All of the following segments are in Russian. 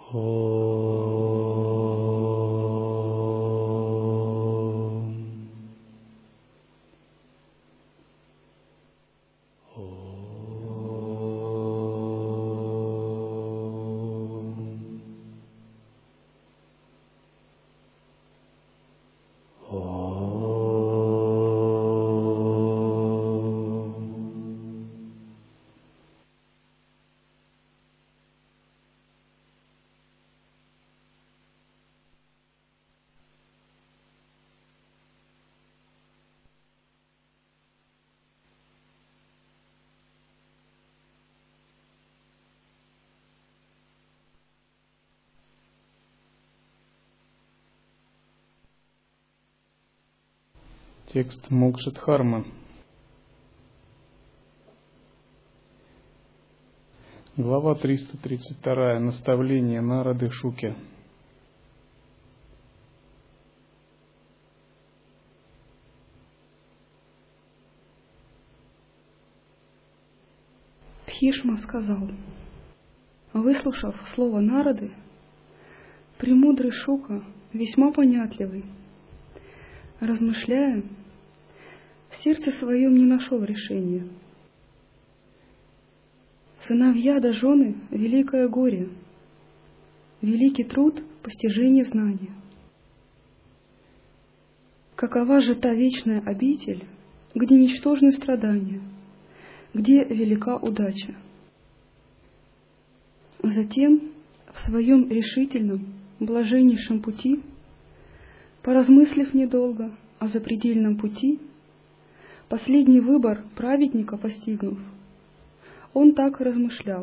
Текст Мокшадхарма. Глава 332. Наставление Нарады Шуке. Бхишма сказал: выслушав слово Нарады, премудрый Шука, весьма понятливый, размышляя, в сердце своем не нашел решения. Сыновья да жены — великое горе, великий труд — постижение знания. Какова же та вечная обитель, где ничтожны страдания, где велика удача? Затем, в своем решительном, блаженнейшем пути, поразмыслив недолго о запредельном пути, последний выбор праведника постигнув, он так размышлял: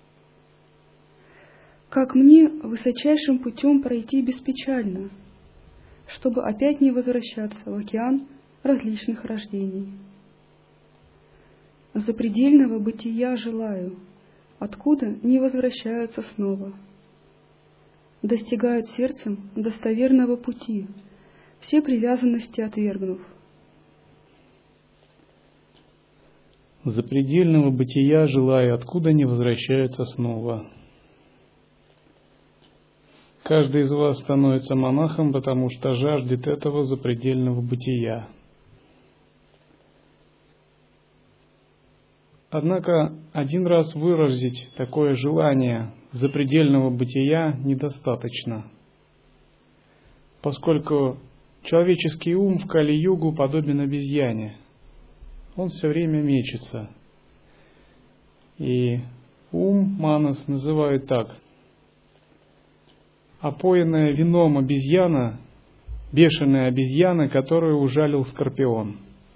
как мне высочайшим путем пройти беспечально, чтобы опять не возвращаться в океан различных рождений? Запредельного бытия желаю, откуда не возвращаются снова. Достигают сердцем достоверного пути, все привязанности отвергнув. Запредельного бытия желаю, откуда не возвращаются снова. Каждый из вас становится монахом, потому что жаждет этого запредельного бытия. Однако один раз выразить такое желание запредельного бытия недостаточно, поскольку человеческий ум в Кали-югу подобен обезьяне. Он все время мечется. И ум Манас называют так: опоенная вином обезьяна, бешеная обезьяна, которую ужалил скорпион.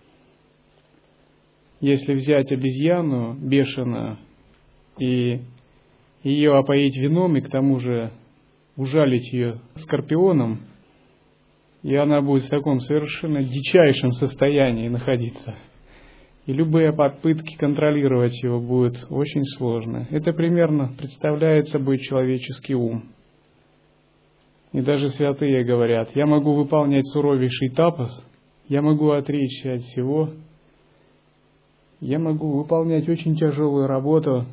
Если взять обезьяну бешеную и ее опоить вином, и к тому же ужалить ее скорпионом, и она будет в таком совершенно дичайшем состоянии находиться, и любые попытки контролировать его будут очень сложны. Это примерно представляет собой человеческий ум. И даже святые говорят: я могу выполнять суровейший тапас, я могу отречься от всего, я могу выполнять очень тяжелую работу,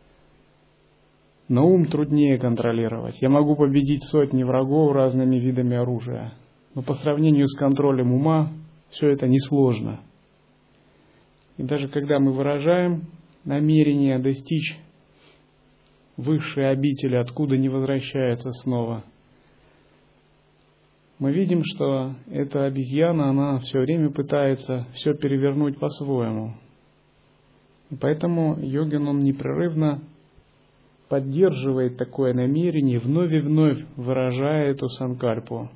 но ум труднее контролировать. Я могу победить сотни врагов разными видами оружия, но по сравнению с контролем ума все это несложно. И даже когда мы выражаем намерение достичь высшей обители, откуда не возвращается снова, мы видим, что эта обезьяна, она все время пытается все перевернуть по-своему. И поэтому йогин, он непрерывно поддерживает такое намерение, вновь и вновь выражая эту санкальпу,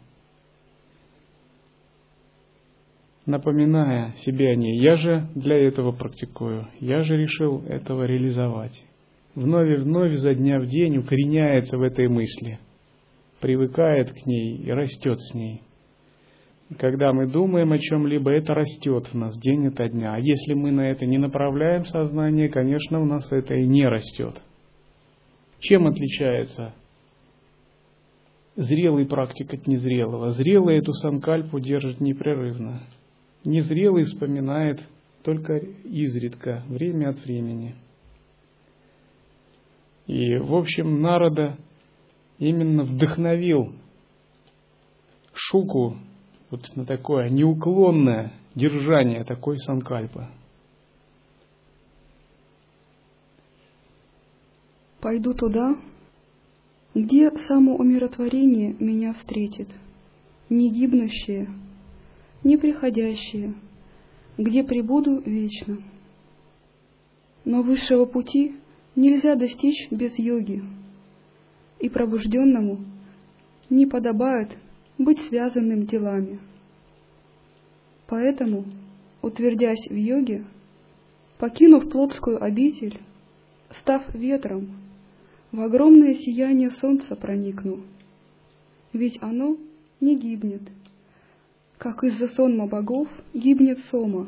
напоминая себе о ней: я же для этого практикую, я же решил этого реализовать. Вновь и вновь, изо дня в день укореняется в этой мысли, привыкает к ней и растет с ней. И когда мы думаем о чем-либо, это растет в нас день ото дня. А если мы на это не направляем сознание, конечно, у нас это и не растет. Чем отличается зрелый практик от незрелого? Зрелый эту санкальпу держит непрерывно. Незрелый вспоминает только изредка, время от времени. И, в общем, Нарада именно вдохновил Шуку вот на такое неуклонное держание такой санкальпы. Пойду туда, где самоумиротворение меня встретит, не гибнущее, не приходящее, где пребуду вечно. Но высшего пути нельзя достичь без йоги, и пробужденному не подобает быть связанным делами. Поэтому, утвердясь в йоге, покинув плотскую обитель, став ветром, в огромное сияние солнца проникну, ведь оно не гибнет, как из-за сонма богов гибнет сома.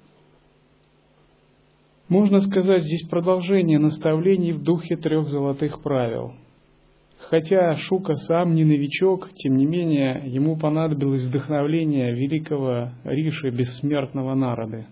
Можно сказать, здесь продолжение наставлений в духе 3 золотых правил. Хотя Шука сам не новичок, тем не менее ему понадобилось вдохновление великого Риши, бессмертного Нарады.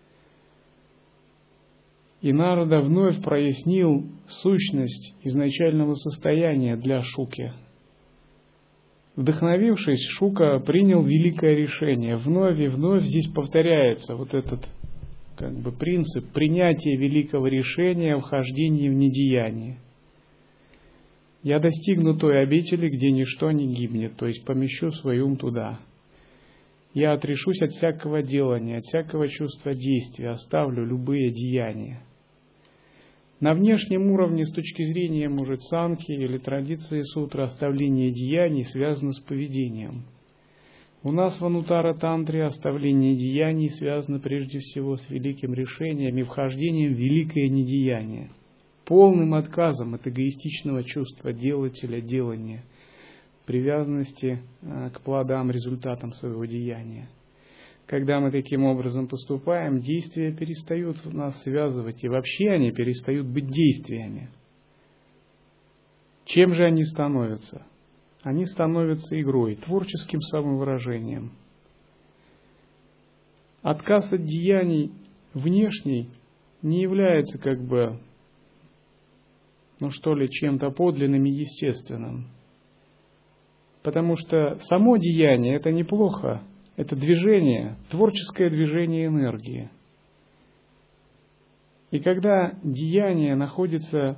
И Нарада вновь прояснил сущность изначального состояния для Шуки. Вдохновившись, Шука принял великое решение. Вновь и вновь здесь повторяется вот этот принцип принятия великого решения, вхождения в недеяние. Я достигну той обители, где ничто не гибнет, то есть помещу свой ум туда. Я отрешусь от всякого делания, от всякого чувства действия, оставлю любые деяния. На внешнем уровне, с точки зрения, может, санхи или традиции сутры, оставление деяний связано с поведением. У нас в Анутара-тантре оставление деяний связано прежде всего с великим решением и вхождением в великое недеяние, полным отказом от эгоистичного чувства делателя, делания, привязанности к плодам, результатам своего деяния. Когда мы таким образом поступаем, действия перестают нас связывать, и вообще они перестают быть действиями. Чем же они становятся? Они становятся игрой, творческим самовыражением. Отказ от деяний внешней не является чем-то подлинным и естественным. Потому что само деяние – это неплохо, это движение, творческое движение энергии. И когда деяние находится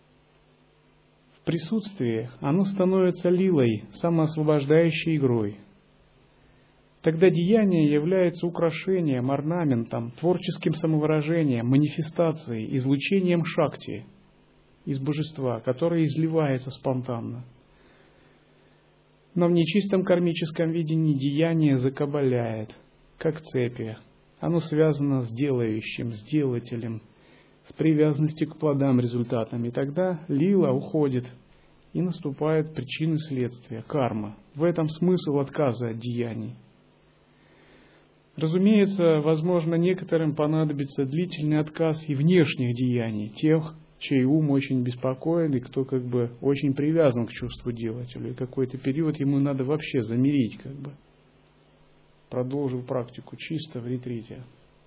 в присутствии, оно становится лилой, самоосвобождающей игрой. Тогда деяние является украшением, орнаментом, творческим самовыражением, манифестацией, излучением шакти из божества, которое изливается спонтанно. Но в нечистом кармическом видении деяние закабаляет, как цепи. Оно связано с делающим, с делателем, с привязанностью к плодам, результатам. И тогда лила уходит, и наступает причины следствия, карма. В этом смысл отказа от деяний. Разумеется, возможно, некоторым понадобится длительный отказ и внешних деяний, тех, чей ум очень беспокоен и кто очень привязан к чувству делателя. И какой-то период ему надо вообще замерить, продолжив практику чисто в ретрите.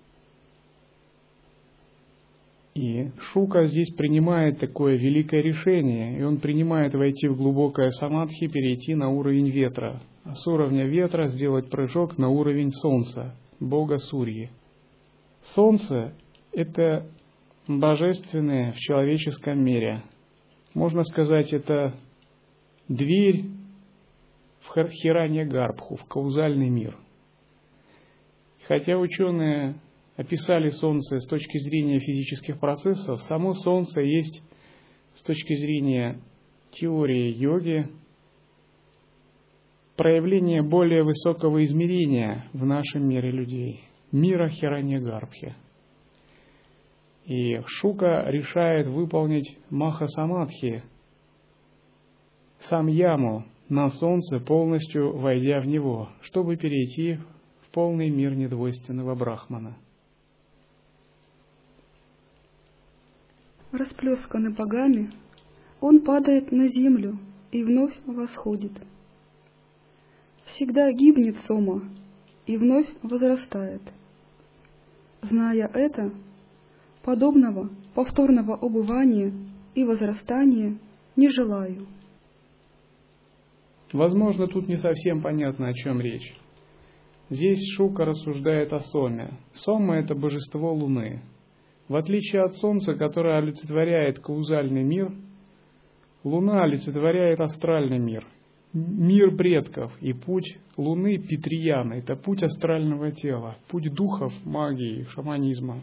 И Шука здесь принимает такое великое решение, и он принимает войти в глубокое самадхи, перейти на уровень ветра, а с уровня ветра сделать прыжок на уровень солнца, бога Сурьи. Солнце – это божественное в человеческом мире. Можно сказать, это дверь в Хиранья-гарбху, в каузальный мир. Хотя ученые описали Солнце с точки зрения физических процессов, само Солнце есть с точки зрения теории йоги проявление более высокого измерения в нашем мире людей, мира Хиранья-гарбхи. И Шука решает выполнить маха-самадхи, самьяму, на Солнце, полностью войдя в него, чтобы перейти в полный мир недвойственного брахмана. Расплесканный богами, он падает на землю и вновь восходит. Всегда гибнет сома и вновь возрастает. Зная это, подобного повторного убывания и возрастания не желаю. Возможно, тут не совсем понятно, о чем речь. Здесь Шука рассуждает о Соме. Сома – это божество Луны. В отличие от Солнца, которое олицетворяет каузальный мир, Луна олицетворяет астральный мир, мир предков. И путь Луны Питрияна – это путь астрального тела, путь духов, магии, шаманизма.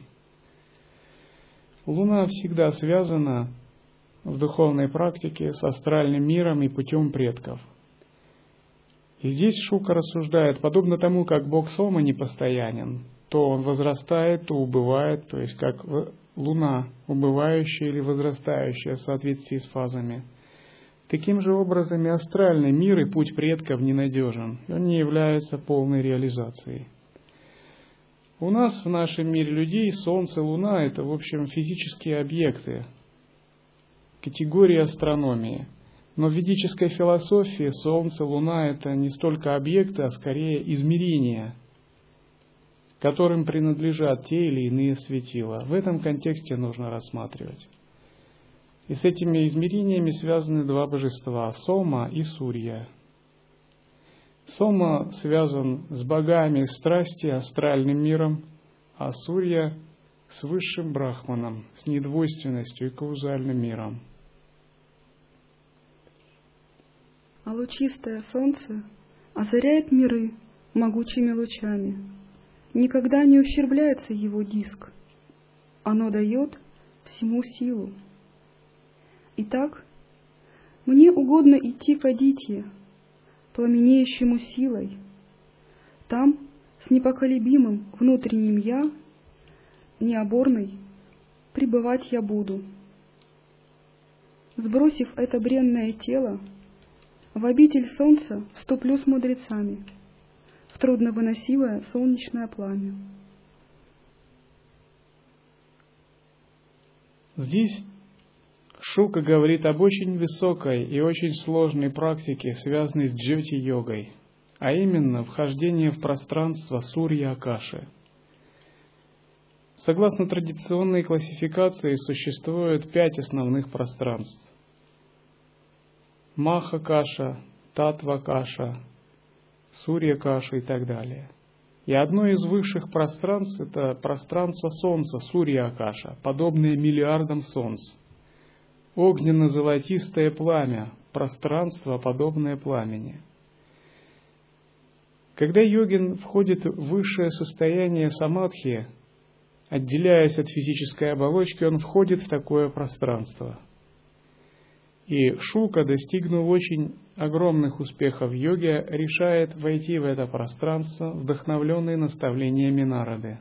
Луна всегда связана в духовной практике с астральным миром и путем предков. И здесь Шука рассуждает, подобно тому, как бог Сома непостоянен, то он возрастает, то убывает, то есть как Луна, убывающая или возрастающая в соответствии с фазами. Таким же образом и астральный мир и путь предков ненадежен, он не является полной реализацией. У нас в нашем мире людей Солнце, Луна – это, в общем, физические объекты, категории астрономии. Но в ведической философии Солнце, Луна – это не столько объекты, а скорее измерения, которым принадлежат те или иные светила. В этом контексте нужно рассматривать. И с этими измерениями связаны два божества – Сома и Сурья. Сома связан с богами страсти, астральным миром, а Сурья – с высшим брахманом, с недвойственностью и каузальным миром. А лучистое солнце озаряет миры могучими лучами. Никогда не ущербляется его диск. Оно дает всему силу. Итак, мне угодно идти к Адитье, пламенеющему силой. Там, с непоколебимым внутренним «я», необорной, пребывать я буду. Сбросив это бренное тело, в обитель солнца вступлю с мудрецами, в трудновыносимое солнечное пламя. Здесь Шука говорит об очень высокой и очень сложной практике, связанной с джьоти-йогой, а именно вхождение в пространство Сурья-Акаши. Согласно традиционной классификации, существует 5 основных пространств: Маха-каша, Татва-каша, Сурья-каша и так далее. И одно из высших пространств – это пространство Солнца, Сурья-акаша, подобное миллиардам солнц. Огненно-золотистое пламя, пространство, подобное пламени. Когда йогин входит в высшее состояние самадхи, отделяясь от физической оболочки, он входит в такое пространство. И Шука, достигнув очень огромных успехов в йоге, решает войти в это пространство, вдохновленный наставлениями Нарады.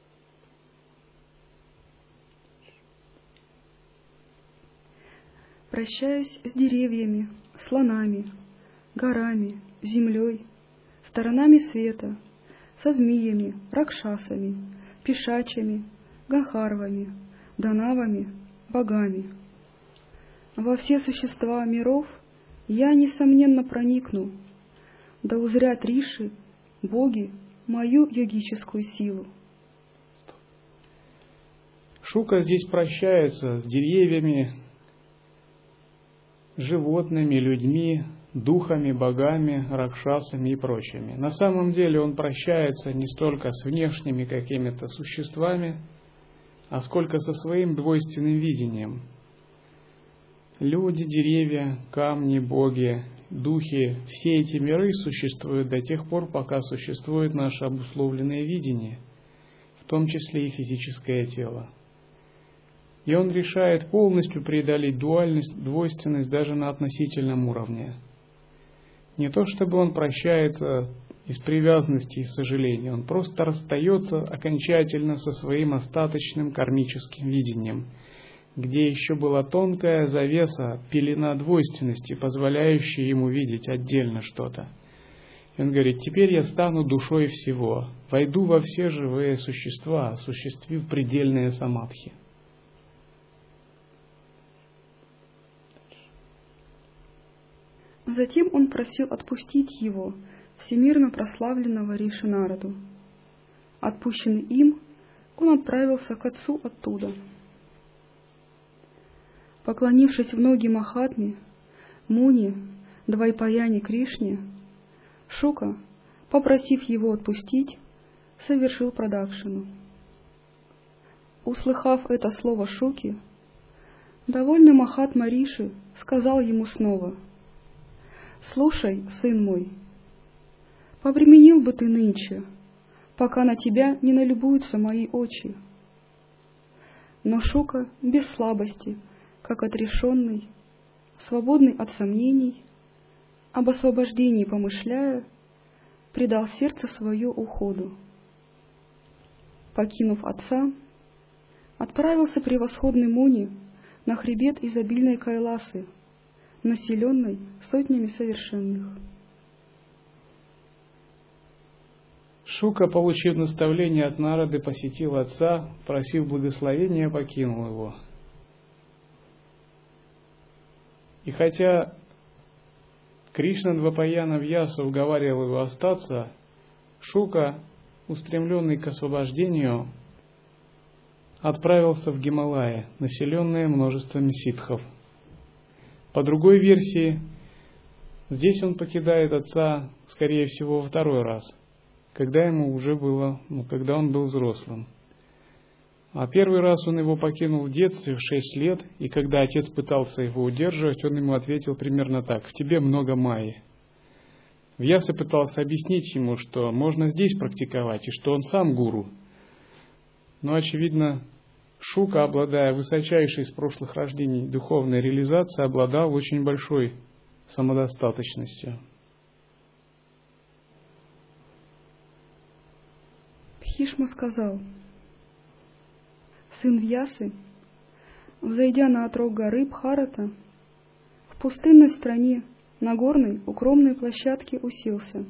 Прощаюсь с деревьями, слонами, горами, землей, сторонами света, со змеями, ракшасами, пишачами, ганхарвами, данавами, богами. Во все существа миров я, несомненно, проникну, да узрят риши, боги, мою йогическую силу. Шука здесь прощается с деревьями, животными, людьми, духами, богами, ракшасами и прочими. На самом деле он прощается не столько с внешними какими-то существами, а сколько со своим двойственным видением. Люди, деревья, камни, боги, духи – все эти миры существуют до тех пор, пока существует наше обусловленное видение, в том числе и физическое тело. И он решает полностью преодолеть дуальность, двойственность даже на относительном уровне. Не то чтобы он прощается из привязанности и сожаления, он просто расстается окончательно со своим остаточным кармическим видением, где еще была тонкая завеса, пелена двойственности, позволяющая ему видеть отдельно что-то. И он говорит: теперь я стану душой всего, войду во все живые существа, осуществив предельные самадхи. Затем он просил отпустить его, всемирно прославленного Риши Нараду. Отпущенный им, он отправился к отцу оттуда. Поклонившись в ноги Махатме, Муни, Двайпаяне Кришне, Шука, попросив его отпустить, совершил продакшину. Услыхав это слово Шуки, довольный Махатма Риши сказал ему снова: «Слушай, сын мой, повременил бы ты нынче, пока на тебя не налюбуются мои очи». Но Шука без слабости, как отрешенный, свободный от сомнений, об освобождении помышляя, предал сердце свое уходу. Покинув отца, отправился превосходный Муни на хребет изобильной Кайласы, населенной сотнями совершенных. Шука, получив наставление от Нарады, посетил отца, просив благословения, покинул его. И хотя Кришна Двайпаяна Вьяса уговаривал его остаться, Шука, устремленный к освобождению, отправился в Гималаи, населенные множеством ситхов. По другой версии, здесь он покидает отца, скорее всего, во второй раз, когда ему уже было, когда он был взрослым. А первый раз он его покинул в детстве, в 6 лет, и когда отец пытался его удерживать, он ему ответил примерно так: «В тебе много майи». Вьяса пытался объяснить ему, что можно здесь практиковать, и что он сам гуру. Но, очевидно, Шука, обладая высочайшей из прошлых рождений духовной реализацией, обладал очень большой самодостаточностью. Бхишма сказал: «Сын Вьясы, взойдя на отрог горы Бхарата, в пустынной стране на горной укромной площадке уселся.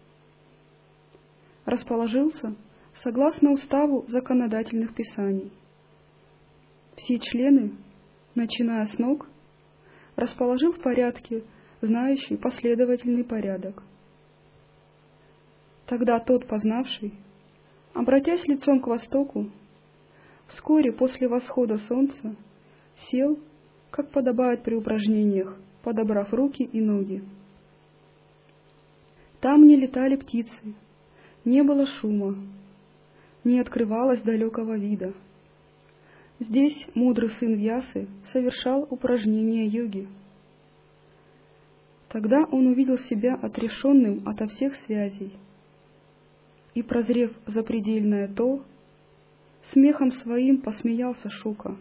Расположился согласно уставу законодательных писаний. Все члены, начиная с ног, расположил в порядке, знающий последовательный порядок. Тогда тот, познавший, обратясь лицом к востоку, вскоре после восхода солнца сел, как подобает при упражнениях, подобрав руки и ноги. Там не летали птицы, не было шума, не открывалось далекого вида. Здесь мудрый сын Вьясы совершал упражнения йоги. Тогда он увидел себя отрешенным ото всех связей и, прозрев запредельное то, смехом своим посмеялся Шука.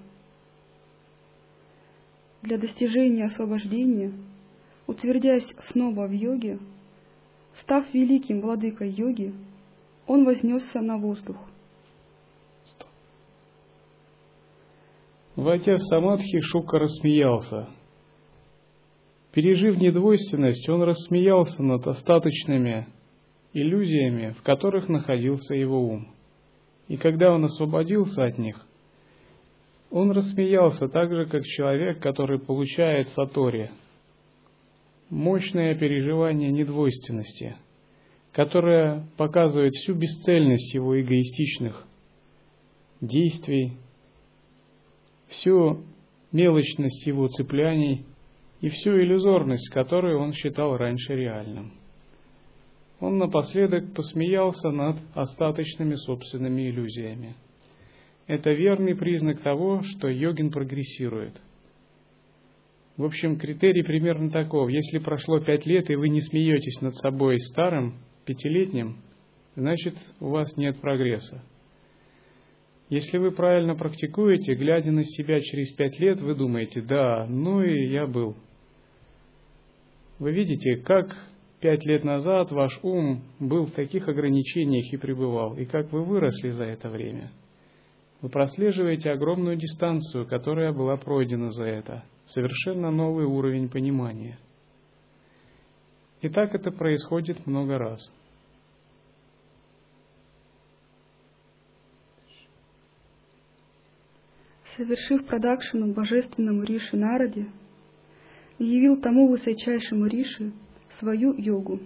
Для достижения освобождения, утвердясь снова в йоге, став великим владыкой йоги, он вознесся на воздух. Войдя в самадхи, Шука рассмеялся. Пережив недвойственность, он рассмеялся над остаточными иллюзиями, в которых находился его ум. И когда он освободился от них, он рассмеялся так же, как человек, который получает сатори, мощное переживание недвойственности, которое показывает всю бесцельность его эгоистичных действий, всю мелочность его цепляний и всю иллюзорность, которую он считал раньше реальным. Он напоследок посмеялся над остаточными собственными иллюзиями. Это верный признак того, что йогин прогрессирует. В общем, критерий примерно таков. Если прошло 5 лет, и вы не смеетесь над собой старым, 5-летним, значит, у вас нет прогресса. Если вы правильно практикуете, глядя на себя через 5 лет, вы думаете: да, ну и я был. Вы видите, как 5 лет назад ваш ум был в таких ограничениях и пребывал, и как вы выросли за это время. Вы прослеживаете огромную дистанцию, которая была пройдена за это, совершенно новый уровень понимания. И так это происходит много раз. Совершив продакшину божественному Риши Нараде, явил тому высочайшему Риши свою йогу.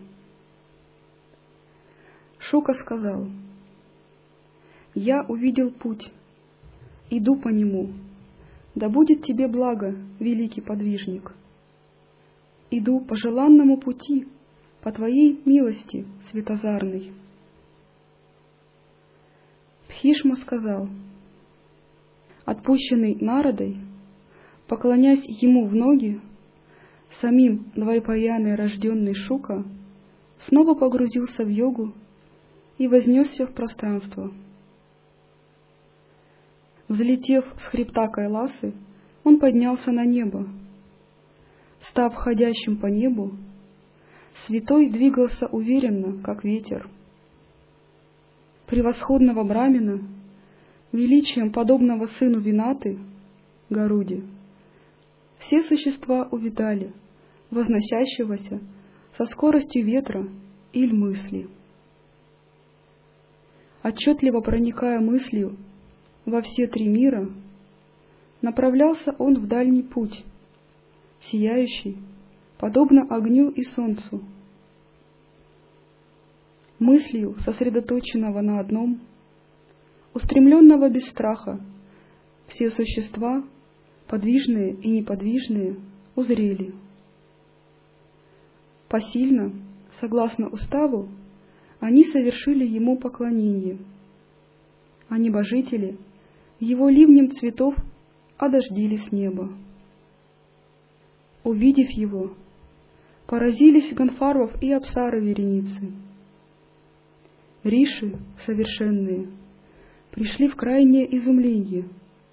Шука сказал: «Я увидел путь, иду по нему, да будет тебе благо, великий подвижник. иду по желанному пути, по Твоей милости светозарной. Бхишма сказал: отпущенный Народой, поклонясь ему в ноги, самим Двайпаяной рожденный Шука снова погрузился в йогу и вознесся в пространство. Взлетев с хребта Кайласы, он поднялся на небо. Став ходящим по небу, святой двигался уверенно, как ветер. Превосходного брамина, величием подобного сыну Винаты, Гаруди, все существа увидали, возносящегося со скоростью ветра или мысли. Отчетливо проникая мыслью во все три мира, направлялся он в дальний путь, сияющий, подобно огню и солнцу. Мыслью, сосредоточенного на одном, устремленного без страха, все существа, подвижные и неподвижные, узрели. Посильно, согласно уставу, они совершили ему поклонение, а небожители его ливнем цветов одождили с неба. Увидев его, поразились Ганфарвов и Апсары вереницы. Риши совершенные пришли в крайнее изумление.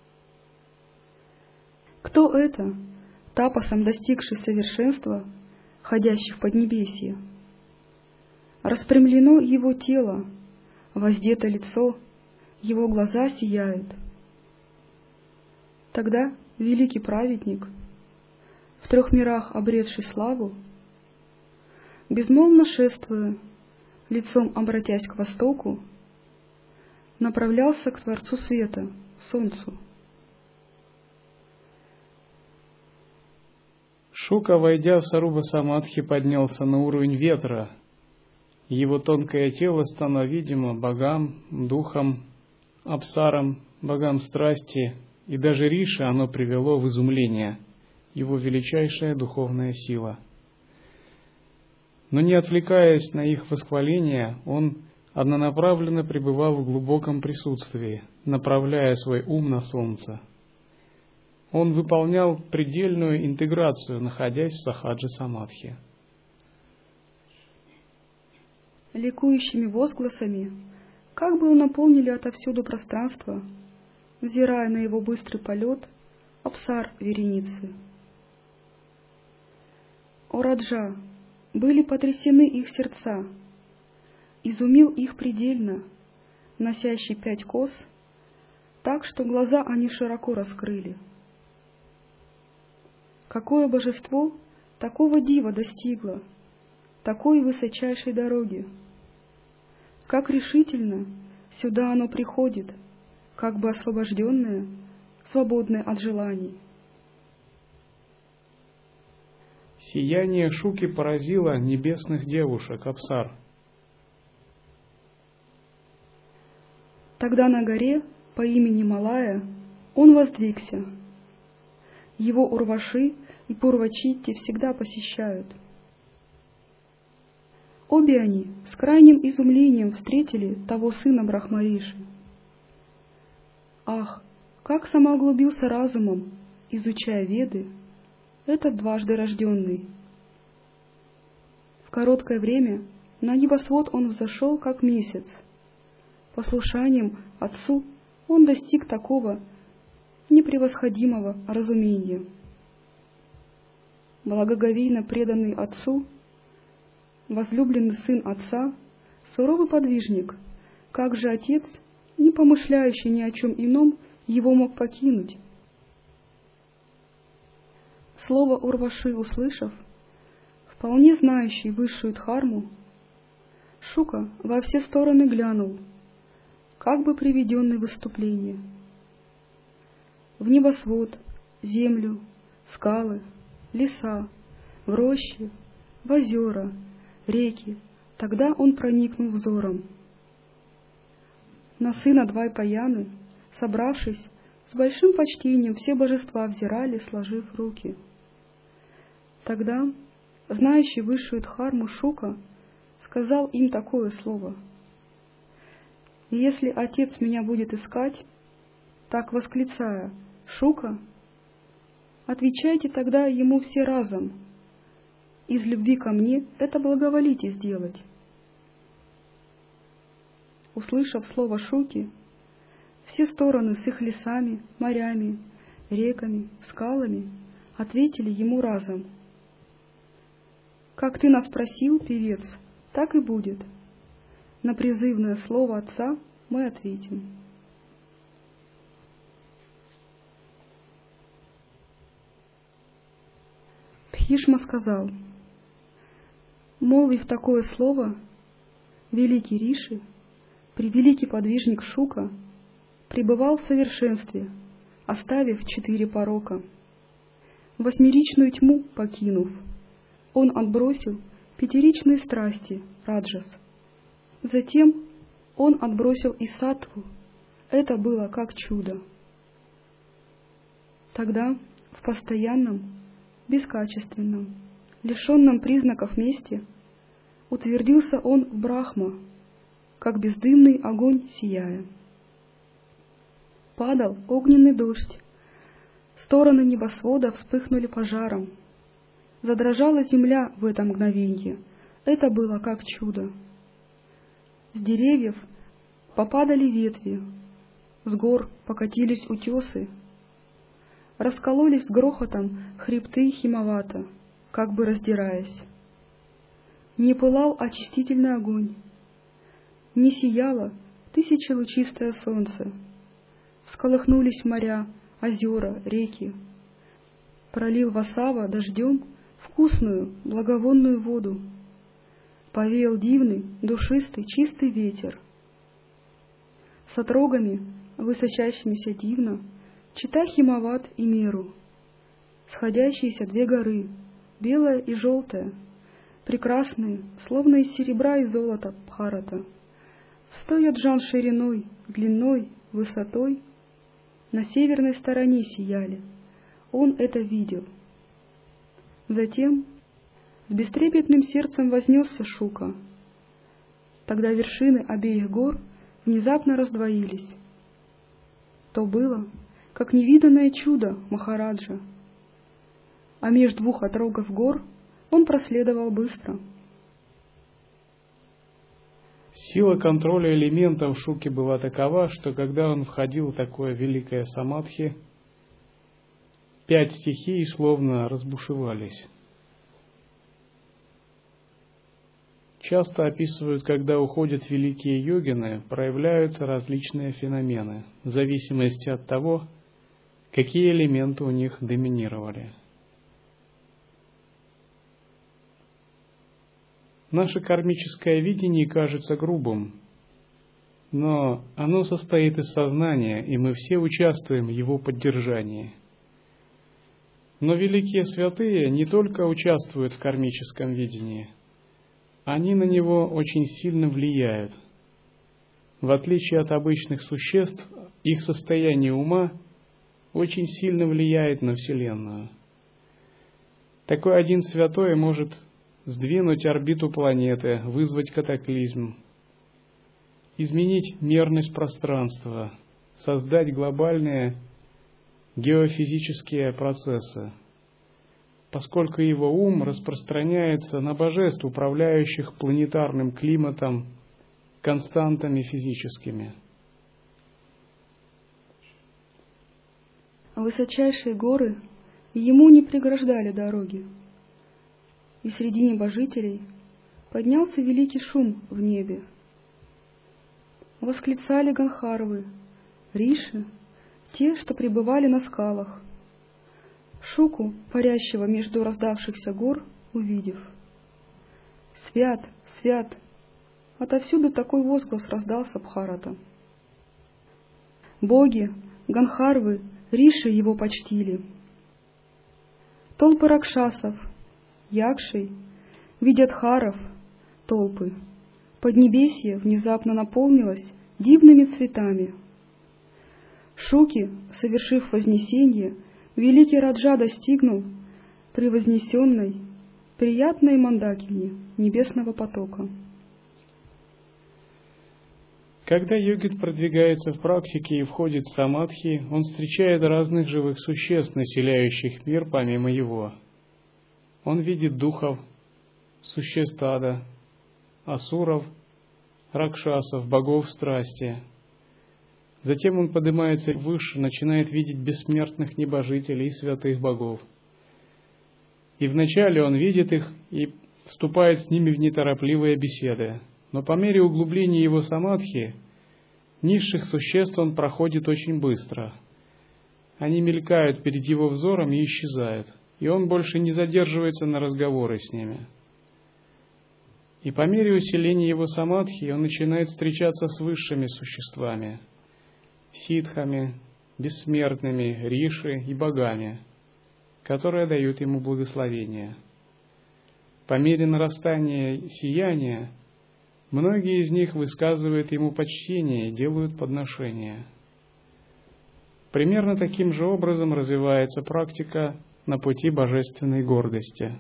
Кто это, тапосом достигший совершенства, ходящий в Поднебесье? Распрямлено его тело, воздето лицо, его глаза сияют. Тогда великий праведник, в трех мирах обретший славу, безмолвно шествуя, лицом обратясь к востоку, направлялся к Творцу Света, Солнцу. Шука, войдя в Саруба Самадхи, поднялся на уровень ветра. Его тонкое тело стало видимо богам, духам, апсарам, богам страсти, и даже Риши оно привело в изумление, его величайшая духовная сила. Но не отвлекаясь на их восхваление, он однонаправленно пребывал в глубоком присутствии, направляя свой ум на солнце. Он выполнял предельную интеграцию, находясь в сахаджи самадхи. Ликующими возгласами, как бы наполнили отовсюду пространство, взирая на его быстрый полет, апсар вереницы. О Раджа! Были потрясены их сердца, изумил их предельно, носящий 5 кос, так что глаза они широко раскрыли. Какое божество такого дива достигло, такой высочайшей дороги? Как решительно сюда оно приходит, как бы освобожденное, свободное от желаний. Сияние Шуки поразило небесных девушек, апсар. Тогда на горе по имени Малая он воздвигся. Его Урваши и Пурвачитти всегда посещают. Обе они с крайним изумлением встретили того сына Брахмариши. Ах, как самоуглубился разумом, изучая Веды, этот дважды рожденный. В короткое время на небосвод он взошел, как месяц. Послушанием Отцу он достиг такого непревосходимого разумения. Благоговейно преданный Отцу, возлюбленный сын Отца, суровый подвижник, как же Отец, не помышляющий ни о чем ином, его мог покинуть? Слово Урваши услышав, вполне знающий высшую дхарму, Шука во все стороны глянул, как бы приведенный в выступление. В небосвод, землю, скалы, леса, в рощи, в озера, реки, тогда он проникнул взором. На сына Двайпаяны, собравшись, с большим почтением все божества взирали, сложив руки. Тогда знающий высшую дхарму Шука, сказал им такое слово: «Если отец меня будет искать, так восклицая: Шука, отвечайте тогда ему все разом. Из любви ко мне это благоволите сделать». Услышав слово Шуки, все стороны с их лесами, морями, реками, скалами ответили ему разом: «Как ты нас просил, певец, так и будет. На призывное слово отца мы ответим». Бхишма сказал: молвив такое слово, великий Риши, превеликий подвижник Шука, пребывал в совершенстве, оставив 4 порока. Восьмеричную тьму покинув, он отбросил 5-ричные страсти, раджас. Затем он отбросил и саттву. Это было как чудо. Тогда в постоянном, бескачественном, лишенном признаков месте утвердился он в Брахма, как бездымный огонь сияя. Падал огненный дождь, стороны небосвода вспыхнули пожаром. Задрожала земля в это мгновенье, это было как чудо. С деревьев попадали ветви, с гор покатились утесы, раскололись с грохотом хребты Химавата, как бы раздираясь. Не пылал очистительный огонь, не сияло тысячелучистое солнце, всколыхнулись моря, озера, реки. Пролил Васава дождем вкусную, благовонную воду. Повеял дивный, душистый, чистый ветер. С отрогами, высочащимися дивно, чита Химават и Меру. Сходящиеся 2 горы, белая и желтая, прекрасные, словно из серебра и золота Бхарата. В 100 йоджан шириной, длиной, высотой на северной стороне сияли. Он это видел. Затем с бестрепетным сердцем вознесся Шука. Тогда вершины обеих гор внезапно раздвоились. То было, как невиданное чудо Махараджа. А меж 2 отрогов гор он проследовал быстро. Сила контроля элементов Шуки была такова, что когда он входил в такое великое самадхи, 5 стихий словно разбушевались. Часто описывают, когда уходят великие йогины, проявляются различные феномены, в зависимости от того, какие элементы у них доминировали. Наше кармическое видение кажется грубым, но оно состоит из сознания, и мы все участвуем в его поддержании. Но великие святые не только участвуют в кармическом видении, они на него очень сильно влияют. В отличие от обычных существ, их состояние ума очень сильно влияет на Вселенную. Такой один святой может сдвинуть орбиту планеты, вызвать катаклизм, изменить мерность пространства, создать глобальные геофизические процессы, поскольку его ум распространяется на божеств, управляющих планетарным климатом, константами физическими. Высочайшие горы ему не преграждали дороги, и среди небожителей поднялся великий шум в небе. Восклицали ганхарвы, риши, те, что пребывали на скалах, Шуку, парящего между раздавшихся гор, увидев. «Свят! Свят!» Отовсюду такой возглас раздался Бхарата. Боги, ганхарвы, риши его почтили. Толпы ракшасов, якшей, видятхаров, толпы. Поднебесье внезапно наполнилось дивными цветами. Шуки, совершив вознесение, великий Раджа достигнул превознесенной, приятной Мандакини, небесного потока. Когда йогин продвигается в практике и входит в самадхи, он встречает разных живых существ, населяющих мир помимо его. Он видит духов, существ ада, асуров, ракшасов, богов страсти. Затем он поднимается выше, начинает видеть бессмертных небожителей и святых богов. И вначале он видит их и вступает с ними в неторопливые беседы. Но по мере углубления его самадхи, низших существ он проходит очень быстро. Они мелькают перед его взором и исчезают, и он больше не задерживается на разговоры с ними. И по мере усиления его самадхи он начинает встречаться с высшими существами, ситхами, бессмертными, риши и богами, которые дают ему благословение. По мере нарастания сияния, многие из них высказывают ему почтение и делают подношения. Примерно таким же образом развивается практика на пути божественной гордости.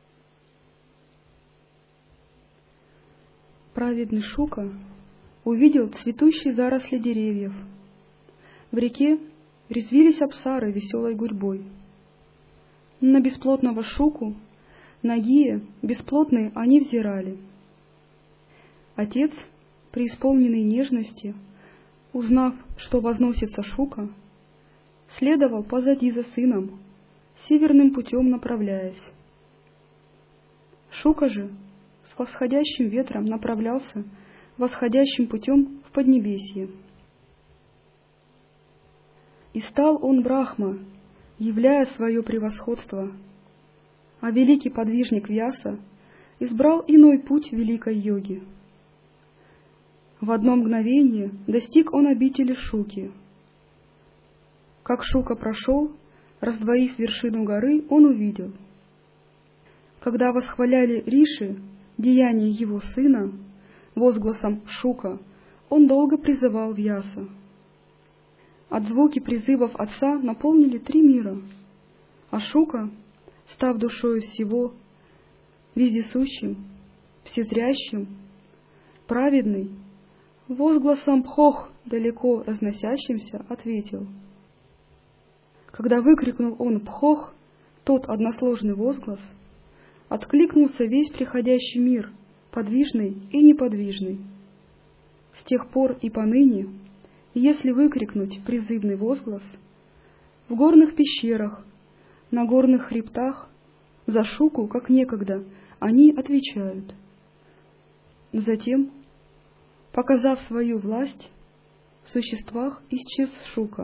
Праведный Шука увидел цветущие заросли деревьев. В реке резвились апсары веселой гурьбой. На бесплотного Шуку, нагие, бесплотные, они взирали. Отец, преисполненный нежности, узнав, что возносится Шука, следовал позади за сыном, северным путем направляясь. Шука же с восходящим ветром направлялся восходящим путем в Поднебесье. И стал он Брахма, являя свое превосходство, а великий подвижник Вьяса избрал иной путь великой йоги. В одно мгновение достиг он обители Шуки. Как Шука прошел, раздвоив вершину горы, он увидел. Когда восхваляли риши деяния его сына, возгласом «Шука», он долго призывал Вьяса. От звуки призывов отца наполнили 3 мира, а Шука, став душою всего, вездесущим, всезрящим, праведный, возгласом «Пхох», далеко разносящимся, ответил. Когда выкрикнул он «Пхох», тот односложный возглас, откликнулся весь приходящий мир, подвижный и неподвижный. С тех пор и поныне, если выкрикнуть призывный возглас, в горных пещерах, на горных хребтах, за Шуку, как некогда, они отвечают. Затем, показав свою власть, в существах исчез Шука.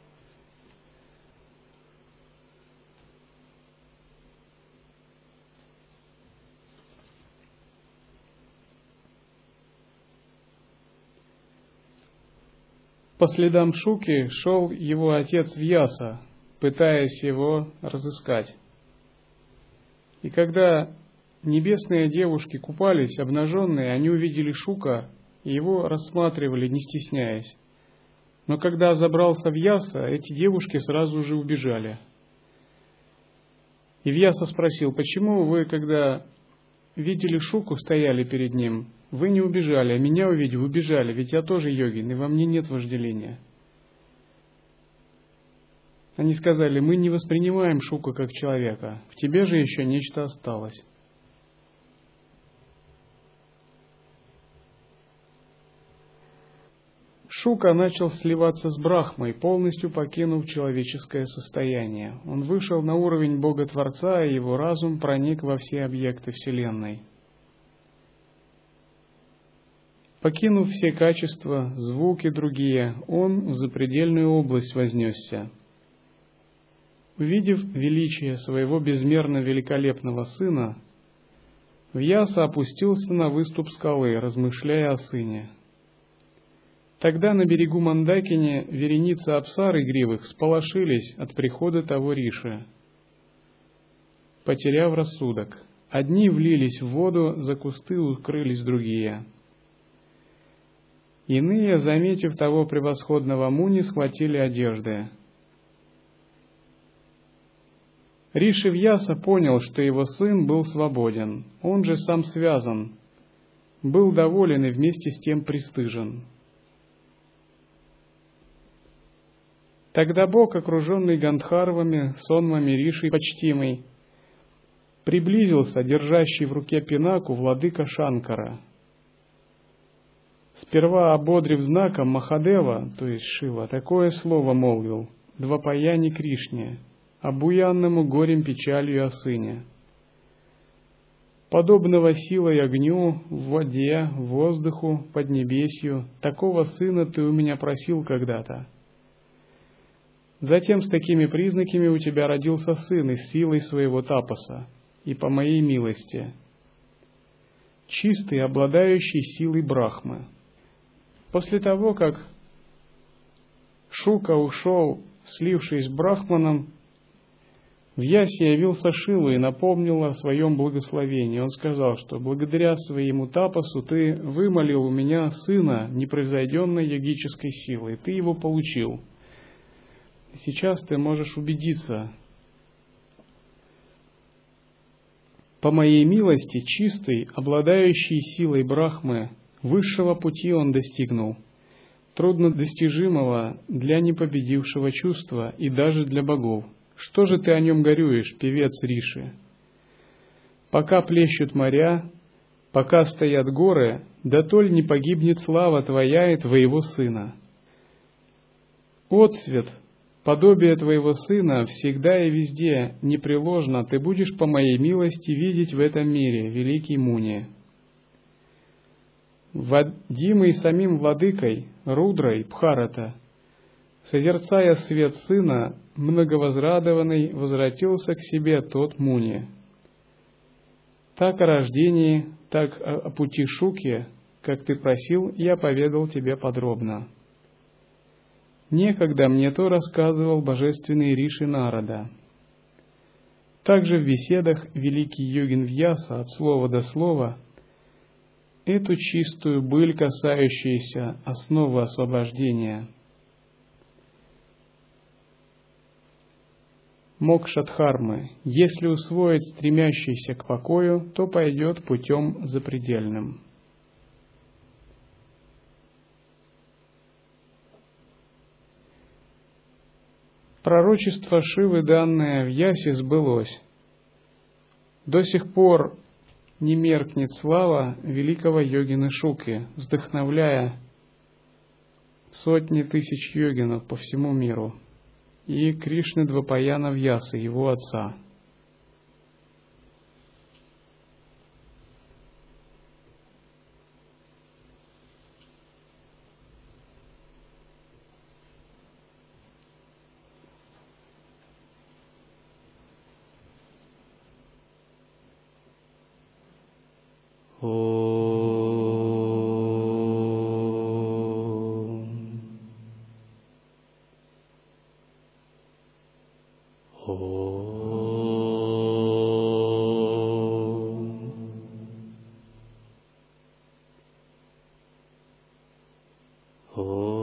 По следам Шуки шел его отец Вьяса, пытаясь его разыскать. И когда небесные девушки купались, обнаженные, они увидели Шука и его рассматривали, не стесняясь. Но когда забрался Вьяса, эти девушки сразу же убежали. И Вьяса спросил: почему вы, когда видели Шуку, стояли перед ним? Вы не убежали, а меня увидев, убежали, ведь я тоже йогин, и во мне нет вожделения. Они сказали: мы не воспринимаем Шуку как человека, в тебе же еще нечто осталось. Шука начал сливаться с Брахмой, полностью покинув человеческое состояние. Он вышел на уровень Бога-Творца, и его разум проник во все объекты Вселенной. Покинув все качества, звуки другие, он в запредельную область вознесся. Увидев величие своего безмерно великолепного сына, Вьяса опустился на выступ скалы, размышляя о сыне. Тогда на берегу Мандакини вереницы апсар игривых сполошились от прихода того риши, потеряв рассудок. Одни влились в воду, за кусты укрылись другие. Иные, заметив того превосходного муни, схватили одежды. Риши Вьяса понял, что его сын был свободен, он же сам связан, был доволен и вместе с тем пристыжен. Тогда Бог, окруженный Гандхарвами, сонмами Риши почтимый, приблизился, держащий в руке пинаку, владыка Шанкара. Сперва, ободрив знаком Махадева, то есть Шива, такое слово молвил: «Двапаяни Кришне, обуянному горем печалью о сыне. Подобного силой огню, в воде, в воздуху, поднебесью, такого сына ты у меня просил когда-то. Затем с такими признаками у тебя родился сын из силой своего тапаса, и по моей милости, чистый, обладающий силой Брахмы». После того, как Шука ушел, слившись с Брахманом, Вьясе явился Шива и напомнил о своем благословении. Он сказал, что благодаря своему тапасу ты вымолил у меня сына непревзойденной йогической силы, и ты его получил. Сейчас ты можешь убедиться. По моей милости, чистый, обладающий силой Брахмы, высшего пути он достигнул, труднодостижимого для непобедившего чувства и даже для богов. Что же ты о нем горюешь, певец Риши? Пока плещут моря, пока стоят горы, да толь не погибнет слава твоя и твоего сына. Отцвет, подобие твоего сына всегда и везде непреложно ты будешь по моей милости видеть в этом мире, великий Муни. Водимый самим владыкой, Рудрой, Бхарата, созерцая свет сына, многовозрадованный возвратился к себе тот Муни. Так о рождении, так о пути Шуки, как ты просил, я поведал тебе подробно. Некогда мне то рассказывал божественный Риши Нарада. Также в беседах великий йогин Вьяса от слова до слова эту чистую быль, касающуюся основы освобождения, Мокшадхармы, если усвоит стремящийся к покою, то пойдет путем запредельным. Пророчество Шивы, данное в Ясе, сбылось. До сих пор не меркнет слава великого йогина Шуки, вдохновляя сотни тысяч йогинов по всему миру, и Кришны Двапаяна Вьясы, его отца. Oh.